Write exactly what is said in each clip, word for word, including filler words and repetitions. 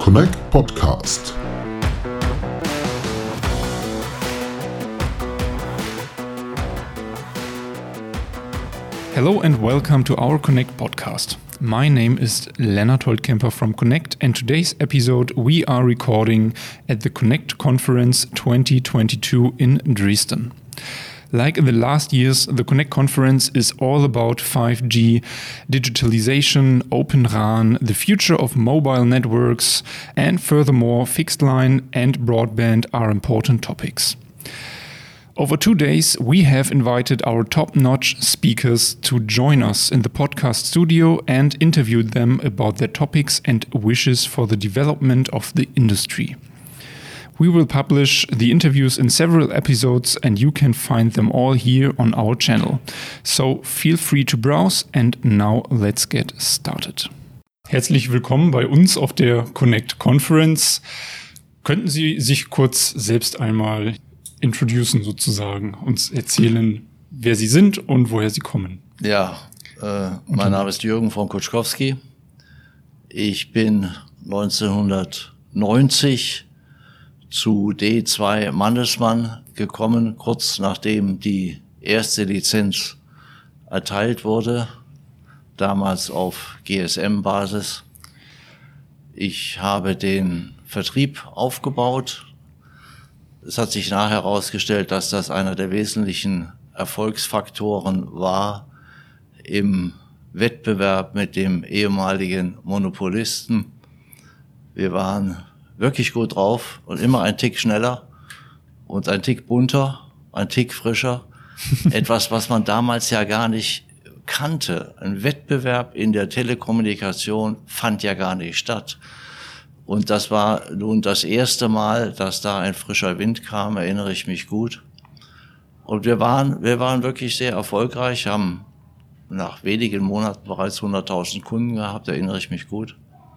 Connect Podcast. Hello and welcome to our Connect podcast. My name is Lennart Holtkemper from Connect, and today's episode we are recording at the Connect Conference twenty twenty-two in Dresden. Like in the last years, the Connect Conference is all about five G, digitalization, Open R A N, the future of mobile networks, and furthermore, fixed line and broadband are important topics. Over two days, we have invited our top-notch speakers to join us in the podcast studio and interviewed them about their topics and wishes for the development of the industry. We will publish the interviews in several episodes and you can find them all here on our channel. So feel free to browse and now let's get started. Herzlich willkommen bei uns auf der Connect Conference. Könnten Sie sich kurz selbst einmal introducen sozusagen, uns erzählen, wer Sie sind und woher Sie kommen? Ja, äh, mein Name ist Jürgen von Kutschkowski. Ich bin neunzehnhundertneunzig zu D zwei Mannesmann gekommen, kurz nachdem die erste Lizenz erteilt wurde, damals auf G S M-Basis. Ich habe den Vertrieb aufgebaut. Es hat sich nachher herausgestellt, dass das einer der wesentlichen Erfolgsfaktoren war im Wettbewerb mit dem ehemaligen Monopolisten. Wir waren wirklich gut drauf und immer ein Tick schneller und ein Tick bunter, ein Tick frischer. Etwas, was man damals ja gar nicht kannte. Ein Wettbewerb in der Telekommunikation fand ja gar nicht statt. Und das war nun das erste Mal, dass da ein frischer Wind kam, erinnere ich mich gut. Und wir waren, wir waren wirklich sehr erfolgreich, haben nach wenigen Monaten bereits hunderttausend Kunden gehabt, erinnere ich mich gut.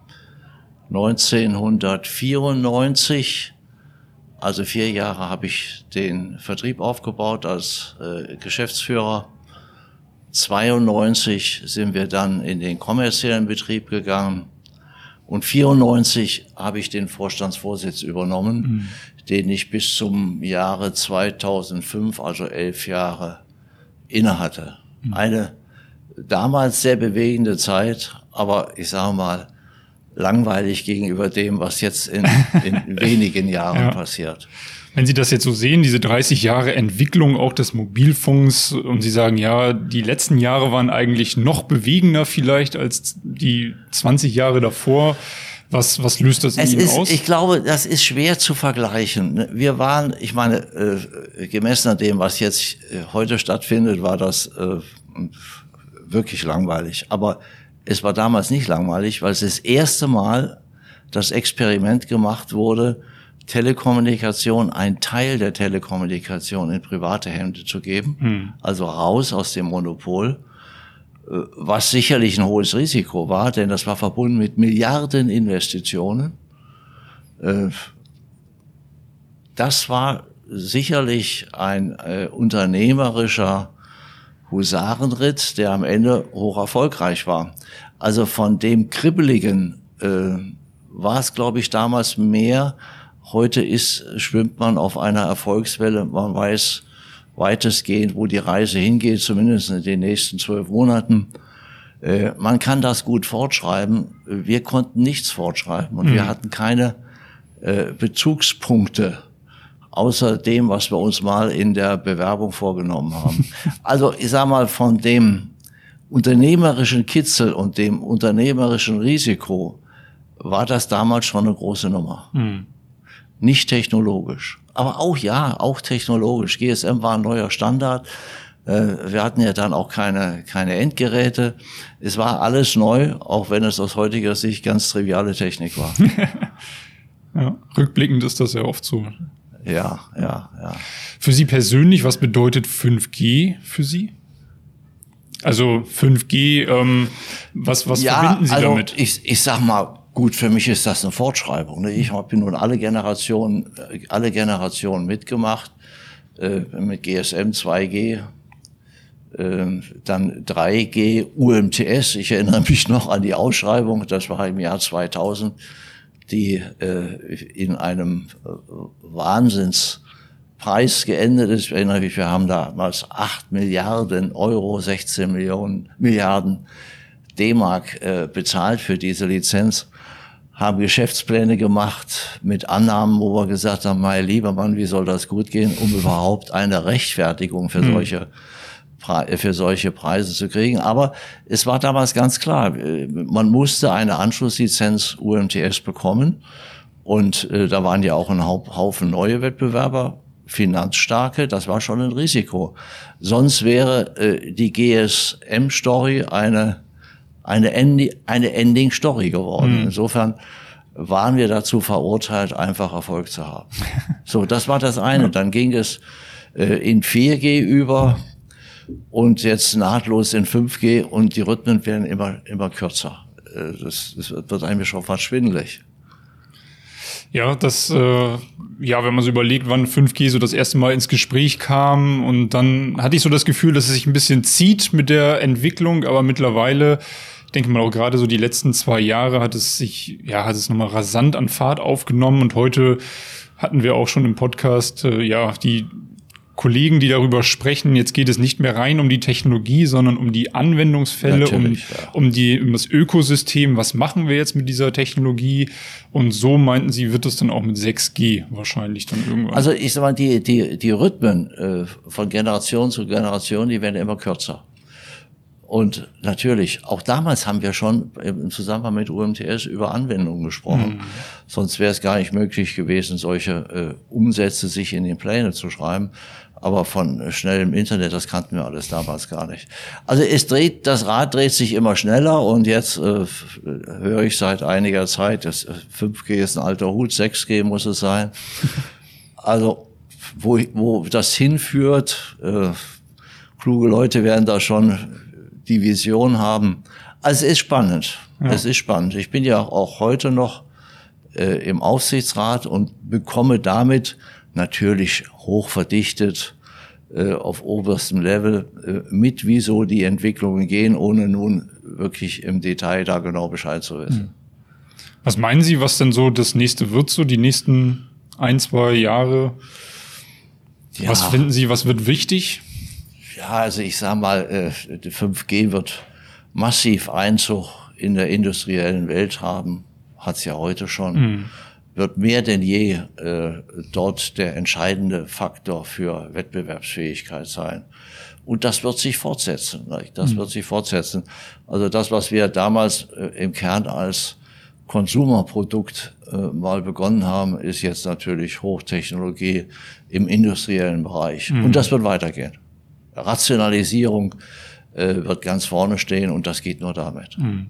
neunzehnhundertvierundneunzig, also vier Jahre, habe ich den Vertrieb aufgebaut als äh, Geschäftsführer. zweiundneunzig sind wir dann in den kommerziellen Betrieb gegangen. Und vierundneunzig habe ich den Vorstandsvorsitz übernommen, mhm. den ich bis zum Jahre zweitausendfünf, also elf Jahre, innehatte. Mhm. Eine damals sehr bewegende Zeit, aber ich sage mal, langweilig gegenüber dem, was jetzt in, in wenigen Jahren ja. passiert. Wenn Sie das jetzt so sehen, diese dreißig Jahre Entwicklung auch des Mobilfunks, und Sie sagen, ja, die letzten Jahre waren eigentlich noch bewegender vielleicht als die zwanzig Jahre davor. Was, was löst das in es Ihnen ist, aus? Ich glaube, das ist schwer zu vergleichen. Wir waren, ich meine, äh, gemessen an dem, was jetzt äh, heute stattfindet, war das äh, wirklich langweilig. Aber es war damals nicht langweilig, weil es das erste Mal das Experiment gemacht wurde, Telekommunikation, ein Teil der Telekommunikation in private Hände zu geben, hm. also raus aus dem Monopol, was sicherlich ein hohes Risiko war, denn das war verbunden mit Milliardeninvestitionen. Das war sicherlich ein unternehmerischer Husarenritt, der am Ende hoch erfolgreich war. Also von dem Kribbeligen äh, war es, glaube ich, damals mehr. Heute ist, schwimmt man auf einer Erfolgswelle. Man weiß weitestgehend, wo die Reise hingeht, zumindest in den nächsten zwölf Monaten. Äh, man kann das gut fortschreiben. Wir konnten nichts fortschreiben und mhm. wir hatten keine äh, Bezugspunkte, außer dem, was wir uns mal in der Bewerbung vorgenommen haben. Also ich sag mal, von dem unternehmerischen Kitzel und dem unternehmerischen Risiko war das damals schon eine große Nummer. Mhm. Nicht technologisch, aber auch ja, auch technologisch. G S M war ein neuer Standard. Wir hatten ja dann auch keine keine Endgeräte. Es war alles neu, auch wenn es aus heutiger Sicht ganz triviale Technik war. Ja, rückblickend ist das ja oft so. Ja, ja, ja. Für Sie persönlich, was bedeutet fünf G für Sie? Also fünf G, ähm, was was ja, verbinden Sie also damit? Ich ich sag mal, gut, für mich ist das eine Fortschreibung. Ne? Ich habe nun alle Generationen alle Generationen mitgemacht, äh, mit G S M, zwei G, äh, dann drei G, U M T S. Ich erinnere mich noch an die Ausschreibung, das war im Jahr zweitausend. die äh, in einem äh, Wahnsinnspreis geendet ist. Ich erinnere mich, wir haben damals acht Milliarden Euro, sechzehn Millionen, Milliarden D-Mark äh, bezahlt für diese Lizenz, haben Geschäftspläne gemacht mit Annahmen, wo wir gesagt haben, mein lieber Mann, wie soll das gut gehen, um überhaupt eine Rechtfertigung für mhm. solche für solche Preise zu kriegen. Aber es war damals ganz klar, man musste eine Anschlusslizenz U M T S bekommen. Und äh, da waren ja auch ein Haufen neue Wettbewerber, finanzstarke, das war schon ein Risiko. Sonst wäre äh, die G S M-Story eine, eine, Endi- eine Ending-Story geworden. Mhm. Insofern waren wir dazu verurteilt, einfach Erfolg zu haben. So, das war das eine. Dann ging es äh, in vier G über, und jetzt nahtlos in fünf G, und die Rhythmen werden immer immer kürzer. Das, das wird eigentlich schon fast schwindelig. Ja, das, äh, ja, wenn man so überlegt, wann fünf G so das erste Mal ins Gespräch kam, und dann hatte ich so das Gefühl, dass es sich ein bisschen zieht mit der Entwicklung, aber mittlerweile, ich denke mal auch gerade so die letzten zwei Jahre hat es sich, ja, hat es nochmal rasant an Fahrt aufgenommen, und heute hatten wir auch schon im Podcast, äh, ja, die Kollegen, die darüber sprechen, jetzt geht es nicht mehr rein um die Technologie, sondern um die Anwendungsfälle, um, ja. um die, um das Ökosystem. Was machen wir jetzt mit dieser Technologie? Und so meinten sie, wird es dann auch mit sechs G wahrscheinlich dann irgendwann. Also ich sag mal, die, die, die Rhythmen äh, von Generation zu Generation, die werden immer kürzer. Und natürlich, auch damals haben wir schon im Zusammenhang mit U M T S über Anwendungen gesprochen. Mhm. Sonst wäre es gar nicht möglich gewesen, solche äh, Umsätze sich in den Pläne zu schreiben. Aber von schnellem Internet, das kannten wir alles damals gar nicht. Also es dreht, das Rad dreht sich immer schneller, und jetzt äh, höre ich seit einiger Zeit, das fünf G ist ein alter Hut, sechs G muss es sein. Also wo, wo das hinführt, äh, kluge Leute werden da schon die Vision haben. Also es ist spannend. Ja. Es ist spannend. Ich bin ja auch heute noch äh, im Aufsichtsrat und bekomme damit natürlich hochverdichtet äh, auf oberstem Level äh, mit, wieso die Entwicklungen gehen, ohne nun wirklich im Detail da genau Bescheid zu wissen. Was meinen Sie, was denn so das nächste wird, so die nächsten ein, zwei Jahre? Ja. Was finden Sie, was wird wichtig? Ja, also ich sag mal, äh, fünf G wird massiv Einzug in der industriellen Welt haben, hat's ja heute schon. Mhm. Wird mehr denn je äh, dort der entscheidende Faktor für Wettbewerbsfähigkeit sein. Und das wird sich fortsetzen. Das mhm. wird sich fortsetzen. Also das, was wir damals äh, im Kern als Konsumerprodukt äh, mal begonnen haben, ist jetzt natürlich Hochtechnologie im industriellen Bereich. Mhm. Und das wird weitergehen. Rationalisierung äh, wird ganz vorne stehen, und das geht nur damit. Mhm.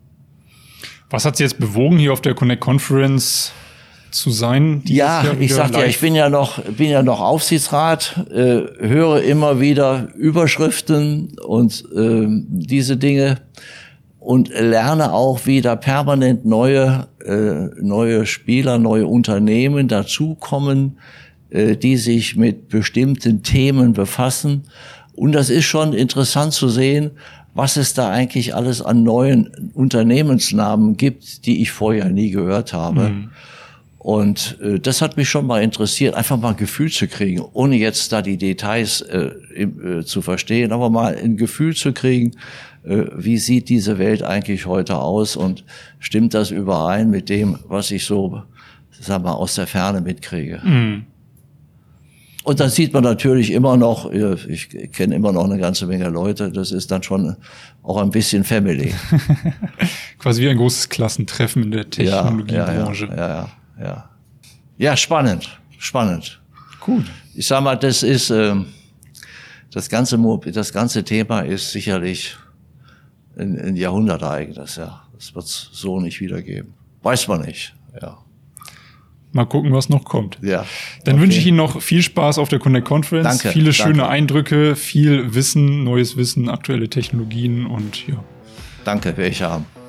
Was hat Sie jetzt bewogen, hier auf der Connect Conference zu sein? Ja, ich sagte ja, ich bin ja noch, bin ja noch Aufsichtsrat, äh, höre immer wieder Überschriften und äh, diese Dinge und lerne auch wieder permanent neue, äh, neue Spieler, neue Unternehmen dazukommen, äh, die sich mit bestimmten Themen befassen. Und das ist schon interessant zu sehen, was es da eigentlich alles an neuen Unternehmensnamen gibt, die ich vorher nie gehört habe. Mhm. Und äh, das hat mich schon mal interessiert, einfach mal ein Gefühl zu kriegen, ohne jetzt da die Details äh, im, äh, zu verstehen, aber mal ein Gefühl zu kriegen, äh, wie sieht diese Welt eigentlich heute aus, und stimmt das überein mit dem, was ich so, sag mal, aus der Ferne mitkriege. Mhm. Und dann sieht man natürlich immer noch, ich kenne immer noch eine ganze Menge Leute, das ist dann schon auch ein bisschen Family. Quasi wie ein großes Klassentreffen in der Technologiebranche. Ja, ja, ja, ja, ja. Ja, spannend, spannend. Gut. Ich sag mal, das ist, ähm, das ganze, das ganze Thema ist sicherlich ein, ein Jahrhundertereignis, ja. Das wird's so nicht wiedergeben. Weiß man nicht, ja. Mal gucken, was noch kommt. Ja. Dann okay. wünsche ich Ihnen noch viel Spaß auf der Connect Conference. Danke. Viele danke. schöne Eindrücke, viel Wissen, neues Wissen, aktuelle Technologien und ja. Danke, werde ich haben.